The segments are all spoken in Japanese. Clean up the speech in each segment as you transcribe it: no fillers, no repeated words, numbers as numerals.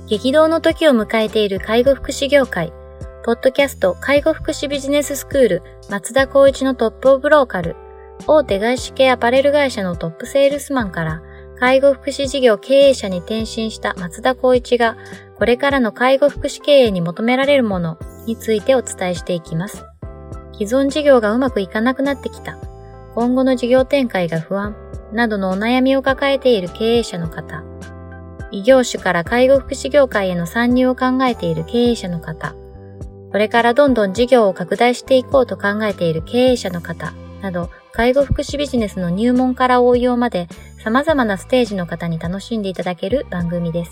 激動の時を迎えている介護福祉業界、ポッドキャスト介護福祉ビジネススクール松田光一のトップオブローカル、大手外資系アパレル会社のトップセールスマンから介護福祉事業経営者に転身した松田光一が、これからの介護福祉経営に求められるものについてお伝えしていきます。既存事業がうまくいかなくなってきた、今後の事業展開が不安などのお悩みを抱えている経営者の方、異業種から介護福祉業界への参入を考えている経営者の方、これからどんどん事業を拡大していこうと考えている経営者の方など、介護福祉ビジネスの入門から応用まで様々なステージの方に楽しんでいただける番組です。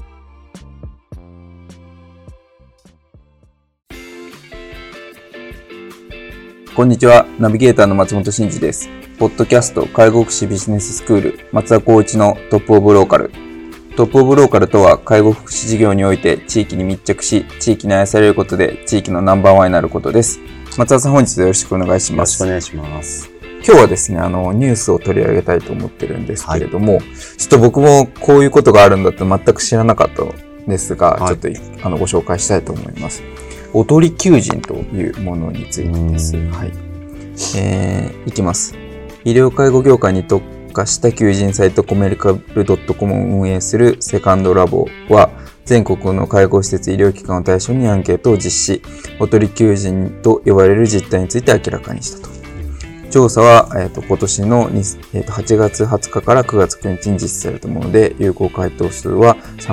こんにちは、ナビゲーターの松本真嗣です。ポッドキャスト介護福祉ビジネススクール松田光一のトップオブローカル。トップオブローカルとは、介護福祉事業において地域に密着し、地域に愛されることで地域のナンバーワンになることです。松田さん、本日よろしくお願いします。 よろしくお願いします。 今日はですね、ニュースを取り上げたいと思ってるんですけれども、ちょっと僕もこういうことがあるんだって全く知らなかったんですが、ちょっとご紹介したいと思います。おとり求人というものについてです。いきます。医療介護業界に特化した求人サイトコメリカル .com を運営するセカンドラボは、全国の介護施設医療機関を対象にアンケートを実施、おとり求人と呼ばれる実態について明らかにしたと。調査は、今年の8月20日から9月9日に実施されたもので、有効回答数は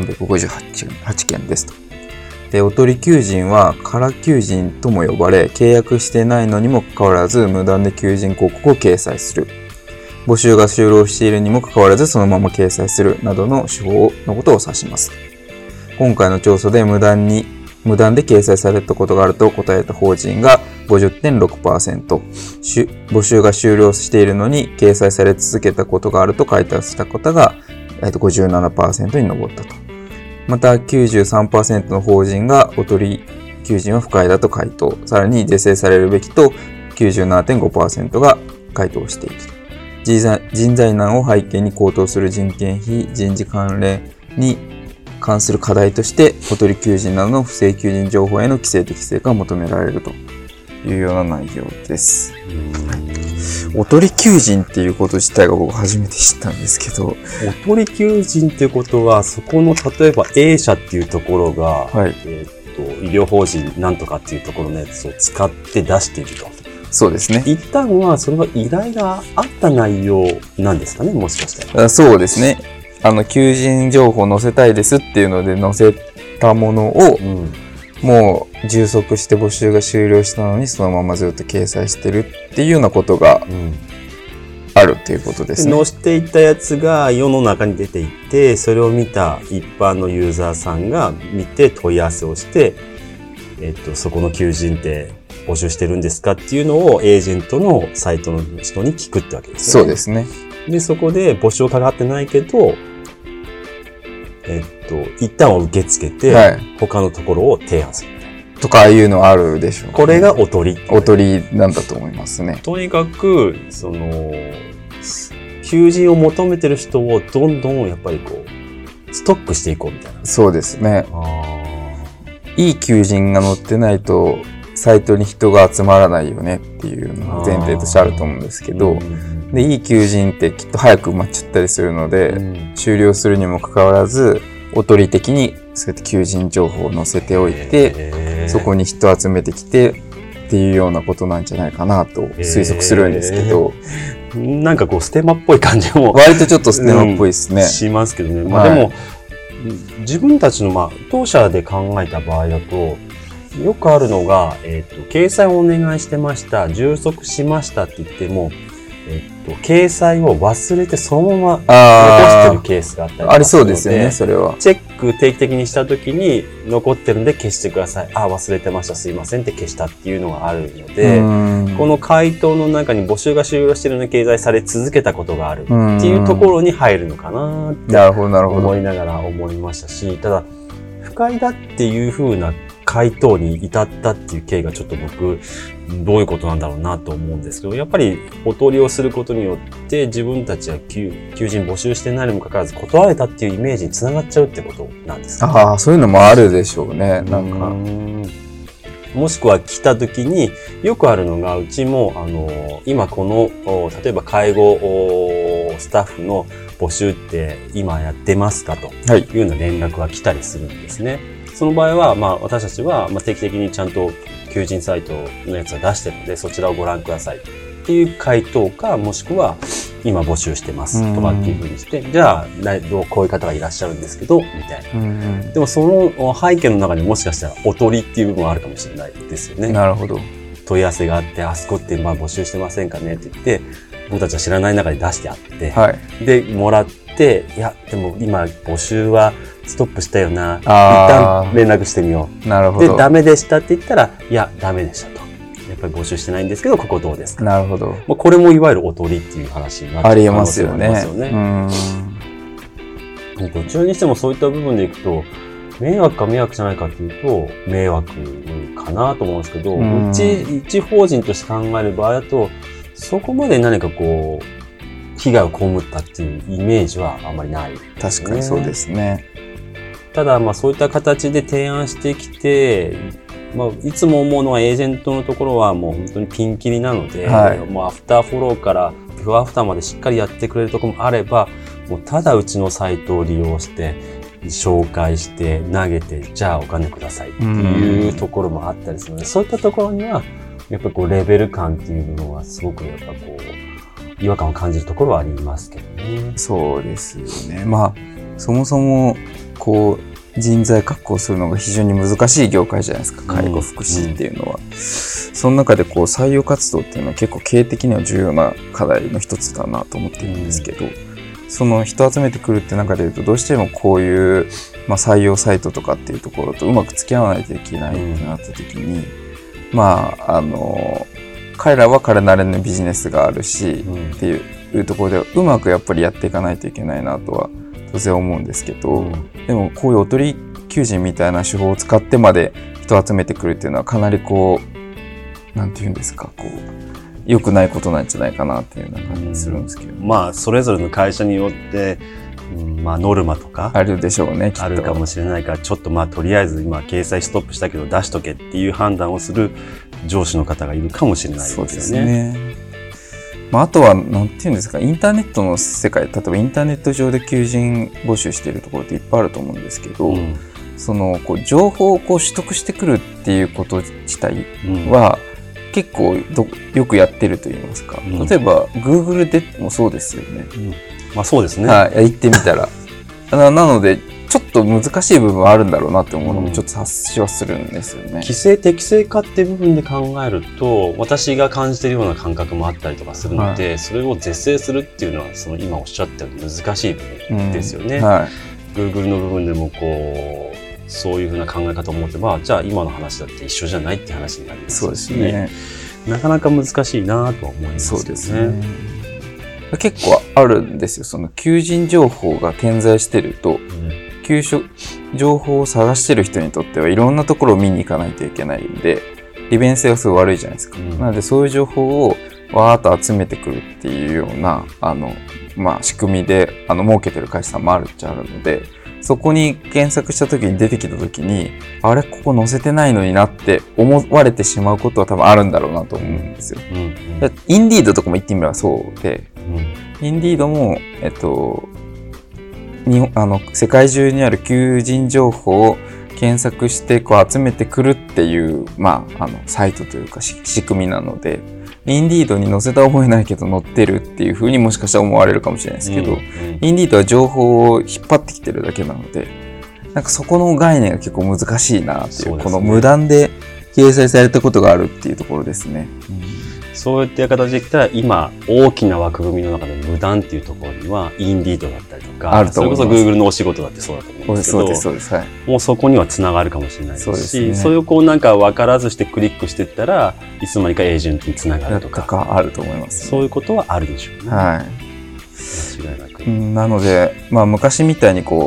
358件ですと。で、おとり求人は空求人とも呼ばれ、契約してないのにもかかわらず無断で求人広告を掲載する。募集が終了しているにもかかわらずそのまま掲載するなどの手法のことを指します。今回の調査で無断で掲載されたことがあると答えた法人が 50.6%、募集が終了しているのに掲載され続けたことがあると回答した方が 57% に上ったと。また 93% の法人がおとり求人は不快だと回答、さらに是正されるべきと 97.5% が回答している。人材難を背景に高騰する人件費、人事関連に関する課題として、おとり求人などの不正求人情報への規制適正化が求められるというような内容です。おとり求人っていうこと自体が僕初めて知ったんですけど。 おとり求人っていうことは、そこの例えば A 社っていうところが、医療法人なんとかっていうところのやつを使って出していると。 そうですね。 一旦はそれは依頼があった内容なんですかね、もしかしたら。 そうですね。求人情報載せたいですっていうので載せたものを、もう充足して募集が終了したのにそのままずっと掲載してるっていうようなことがあるっていうことですね。 載せていったやつが世の中に出ていって、それを見た一般のユーザーさんが見て問い合わせをして、そこの求人って募集してるんですかっていうのをエージェントのサイトの人に聞くってわけですね。 そうですね。 で、そこで募集をかかってないけど、一旦を受け付けて、他のところを提案する。 とかいうのあるでしょう、ね。 これがおとり。 おとりなんだと思いますね。 とにかく、求人を求めてる人をどんどんやっぱりストックしていこうみたいな。 そうですね。いい求人が載ってないと、サイトに人が集まらないよねっていうのが前提としてあると思うんですけど、で、いい求人ってきっと早く埋まっちゃったりするので、終了するにもかかわらず、おとり的にそうやって求人情報を載せておいて、そこに人を集めてきてっていうようなことなんじゃないかなと推測するんですけど、 なんかステマっぽい感じも割とちょっとステマっぽいですね。 しますけどね。まあでも、自分たちの当社で考えた場合だと、よくあるのが、掲載をお願いしてました、充足しましたって言っても、掲載を忘れてそのまま残してるケースがあったりとかありそうですよね、それは。 チェック定期的にしたときに残ってるんで消してください。忘れてました、すいませんって消したっていうのがあるので、この回答の中に募集が終了してるのに掲載され続けたことがあるっていうところに入るのかなって思いながら思いましたし、ただ、不快だっていう風な回答に至ったっていう経緯がちょっと僕、どういうことなんだろうなと思うんですけど、やっぱりおとりをすることによって自分たちは求人募集してないにもかかわらず断られたっていうイメージにつながっちゃうってことなんですか？ ああ、そういうのもあるでしょうね。なんか。 もしくは来た時によくあるのが、うちも今この例えば介護スタッフの募集って今やってますかというような連絡が来たりするんですね。その場合は私たちは定期的にちゃんと求人サイトのやつが出してるので、そちらをご覧くださいっていう回答か、もしくは今募集してますとかっていうふうにして、じゃあこういう方がいらっしゃるんですけどみたいな。でもその背景の中にもしかしたらおとりっていう部分はあるかもしれないですよね。 なるほど。 問い合わせがあって、あそこって募集してませんかねって言って、僕たちは知らない中で出してあって、でもらって、いやでも今募集はストップしたよな、一旦連絡してみよう。 なるほど。 でダメでしたって言ったら、いやダメでしたと。やっぱり募集してないんですけど、ここどうですか？ なるほど。 これもいわゆるおとりっていう話になってくる可能性がありますよね。どちらにしてもそういった部分でいくと、迷惑か迷惑じゃないかっていうと、迷惑かなと思うんですけど、一法人として考える場合だと、そこまで何かこう、被害を被ったっていうイメージはあんまりない、ね。 確かにそうですね。 ただ、そういった形で提案してきて、いつも思うのはエージェントのところはもう本当にピンキリなので、もうアフターフォローからビフォーアフターまでしっかりやってくれるところもあれば、もうただうちのサイトを利用して、紹介して投げて、じゃあお金くださいっていうところもあったりするので、そういったところには、やっぱりレベル感っていうのはすごくやっぱ違和感を感じるところはありますけどね。 そうですよね。そもそも人材確保するのが非常に難しい業界じゃないですか、介護福祉っていうのは。その中で採用活動っていうのは結構経営的には重要な課題の一つだなと思っているんですけど、その人を集めてくるって中でいうと、どうしてもこういう、採用サイトとかっていうところとうまく付き合わないといけないってなった時に、彼らは彼なりのビジネスがあるし、っていうところでうまくやっぱりやっていかないといけないなとは当然思うんですけど、でもこういうおとり求人みたいな手法を使ってまで人を集めてくるっていうのはかなりなんていうんですか、良くないことなんじゃないかなっていうような感じするんですけど、 それぞれの会社によって、ノルマとかあるでしょうね、きっと。 あるかもしれないから、ちょっととりあえず今掲載ストップしたけど出しとけっていう判断をする上司の方がいるかもしれないですよね。そうですね。 あとはなんていうんですか、インターネットの世界、例えばインターネット上で求人募集しているところっていっぱいあると思うんですけど、その情報を取得してくるっていうこと自体は、結構よくやってると言いますか、例えば Google でもそうですよね。 そうですね。 言ってみたらなのでちょっと難しい部分はあるんだろうなって思うのもちょっと察しはするんですよね。 規制適正化っていう部分で考えると、私が感じているような感覚もあったりとかするので、それを是正するっていうのは今おっしゃったように難しい部分ですよね。Google の部分でもそういうふうな考え方を持てば、じゃあ今の話だって一緒じゃないって話になりますし、そうですね、なかなか難しいなとは思いますよね。そうですね。 結構あるんですよ。その求人情報が点在してると、情報を探してる人にとってはいろんなところを見に行かないといけないんで、利便性がすごい悪いじゃないですか。なのでそういう情報をわーっと集めてくるっていうような仕組みで設けてる会社さんもあるっちゃあるので、そこに検索した時に出てきた時に、あれここ載せてないのになって思われてしまうことは多分あるんだろうなと思うんですよ。インディードとかも言ってみればそうで、インディードも世界中にある求人情報を検索して集めてくるっていうサイトというか仕組みなので、インディードに載せた覚えないけど載ってるっていう風にもしかしたら思われるかもしれないですけど、インディードは情報を引っ張ってきてるだけなので、そこの概念が結構難しいなっていう、この無断で掲載されたことがあるっていうところですね。 そういった形で言ったら、今大きな枠組みの中で無断っていうところにはインディードだったりとか、それこそ Google のお仕事だってそうだと思うんですけど、 そうです、 もうそこにはつながるかもしれないですし、それを分からずしてクリックしていったらいつの間にかエージェントにつながるとかあると思います、 そういうことはあるでしょうね。間違いなく。 なので昔みたいに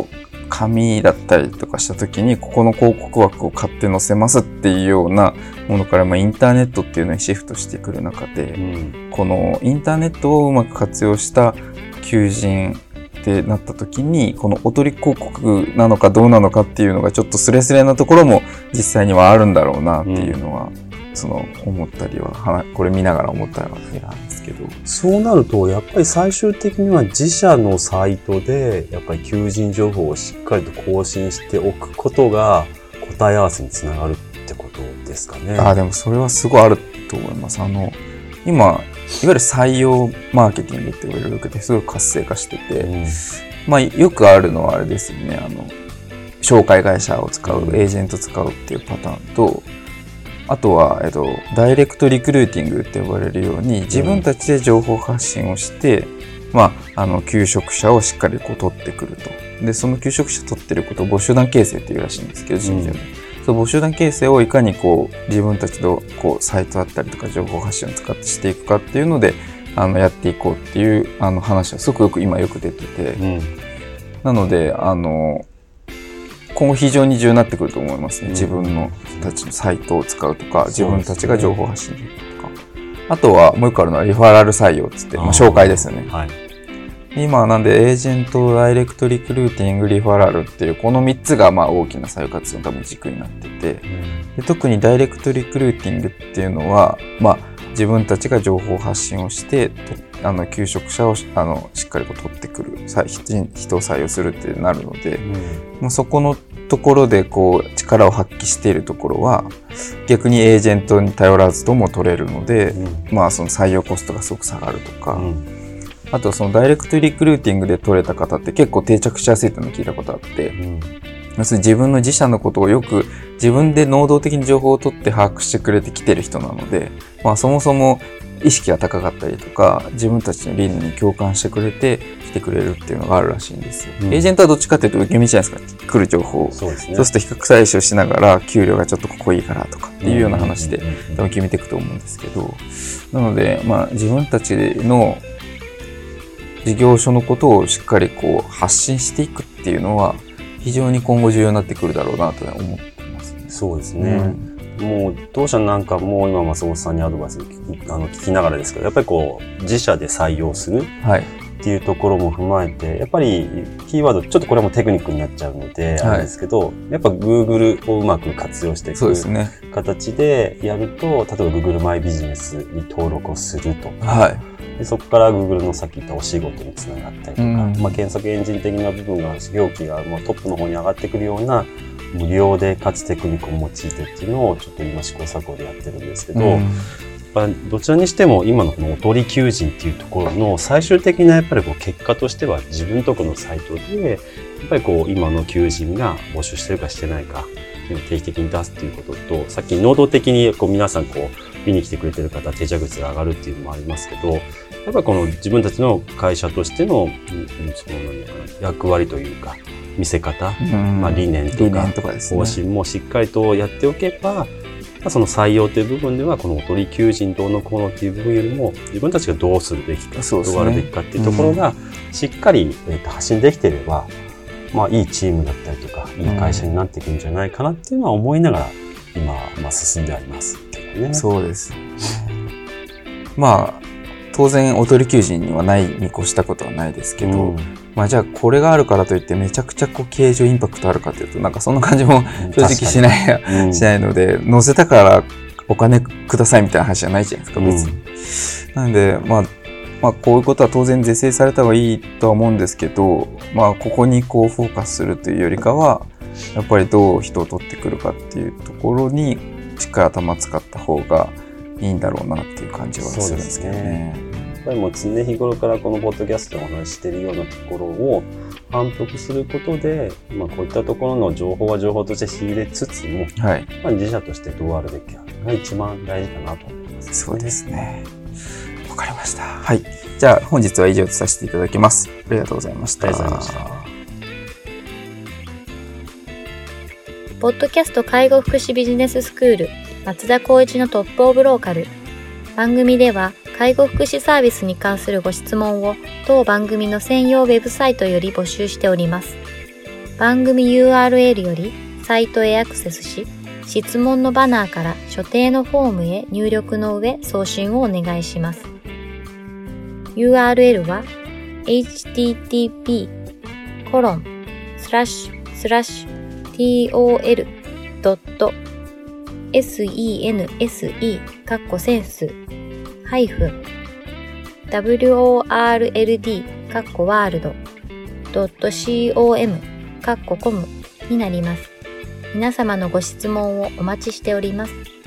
紙だったりとかした時にここの広告枠を買って載せますっていうようなものから、インターネットっていうのにシフトしてくる中で、このインターネットをうまく活用した求人ってなった時にこのおとり広告なのかどうなのかっていうのがちょっとスレスレなところも実際にはあるんだろうなっていうのは、思ったりはこれ見ながら思ったわけなんですけど、 そうなるとやっぱり最終的には自社のサイトでやっぱり求人情報をしっかりと更新しておくことが答え合わせにつながるってことですかね。 でもそれはすごいあると思います。今いわゆる採用マーケティングって言われるわけですごい活性化してて、よくあるのはあれですよね、紹介会社を使う、エージェント使うっていうパターンと、あとは、ダイレクトリクルーティングって呼ばれるように自分たちで情報発信をして、求職者をしっかり取ってくると。で、その求職者取ってることを募集団形成っていうらしいんですけど、新鮮で。その募集団形成をいかに自分たちのサイトだったりとか情報発信を使ってしていくかっていうので、やっていこうっていう話はすごく今よく出てて、なので、今後非常に重要になってくると思いますね。自分のたちのサイトを使うとか、自分たちが情報発信するとか。あとはもう一個あるのはリファラル採用っつって、紹介ですよね。今なんでエージェント、ダイレクトリクルーティング、リファラルっていうこの3つが大きな採用活動の多分軸になってて、で特にダイレクトリクルーティングっていうのは、自分たちが情報発信をして求職者をしっかり取ってくる、人を採用するってなるので、そこのところで力を発揮しているところは逆にエージェントに頼らずとも取れるので、その採用コストがすごく下がるとか、あとそのダイレクトリクルーティングで取れた方って結構定着しやすいっていうのを聞いたことあって、要するに自分の自社のことをよく自分で能動的に情報を取って把握してくれてきてる人なので、そもそも意識が高かったりとか自分たちの理念に共感してくれて来てくれるっていうのがあるらしいんですよ。エージェントはどっちかっていうと受け身じゃないですか、来る情報を。そうすると比較採取しながら給料がちょっとここいいからとかっていうような話で多分決めていくと思うんですけど、なので自分たちの事業所のことをしっかり発信していくっていうのは非常に今後重要になってくるだろうなと思ってますね。 そうですね。もう当社なんかも今松本さんにアドバイス聞きながらですけど、やっぱり自社で採用するっていうところも踏まえて、やっぱりキーワードちょっとこれもテクニックになっちゃうのであれですけど、やっぱ Google をうまく活用していく形でやると、例えば Google マイビジネスに登録をするとか、でそこから Google のさっき言ったお仕事につながったりとか、検索エンジン的な部分が表記がトップの方に上がってくるような無料でかつテクニックを用いてっていうのをちょっと今試行錯誤でやってるんですけど、どちらにしても今のこのおとり求人っていうところの最終的なやっぱり結果としては自分とこのサイトでやっぱり今の求人が募集してるかしてないかっていうのを定期的に出すっていうことと、さっき能動的に皆さん見に来てくれてる方定着率が上がるっていうのもありますけど、やっぱりこの自分たちの会社としてのその役割というか見せ方、理念とか方針もしっかりとやっておけば、その採用という部分ではこのおとり求人どうのこうのっていう部分よりも自分たちがどうするべきか、どうあるべきかっていうところがしっかり発信できていれば、いいチームだったりとかいい会社になっていくんじゃないかなっていうのは思いながら今、進んでありますけどね。 そうです。当然おとり求人にはないに越したことはないですけど、じゃあこれがあるからといってめちゃくちゃ経営上インパクトあるかというとなんかそんな感じも正直しないので、載せたからお金くださいみたいな話じゃないじゃないですか、別に。なのでこういうことは当然是正された方がいいとは思うんですけど、ここにフォーカスするというよりかはやっぱりどう人を取ってくるかっていうところにしっかり頭使った方がいいんだろうなっていう感じはするんですけどね。 やっぱりもう常日頃からこのポッドキャストでお話ししているようなところを反復することで、こういったところの情報は情報として仕入れつつも、自社としてどうあるべきかが一番大事かなと思います。 そうですね。わかりました。はい。じゃあ本日は以上とさせていただきます。ありがとうございました。 ありがとうございました。 ポッドキャスト介護福祉ビジネススクール松田光一のトップオブローカル。番組では介護福祉サービスに関するご質問を当番組の専用ウェブサイトより募集しております。 番組 URL よりサイトへアクセスし、質問のバナーから所定のフォームへ入力の上送信をお願いします。URL は http://tol.sense-world.com になります。皆様のご質問をお待ちしております。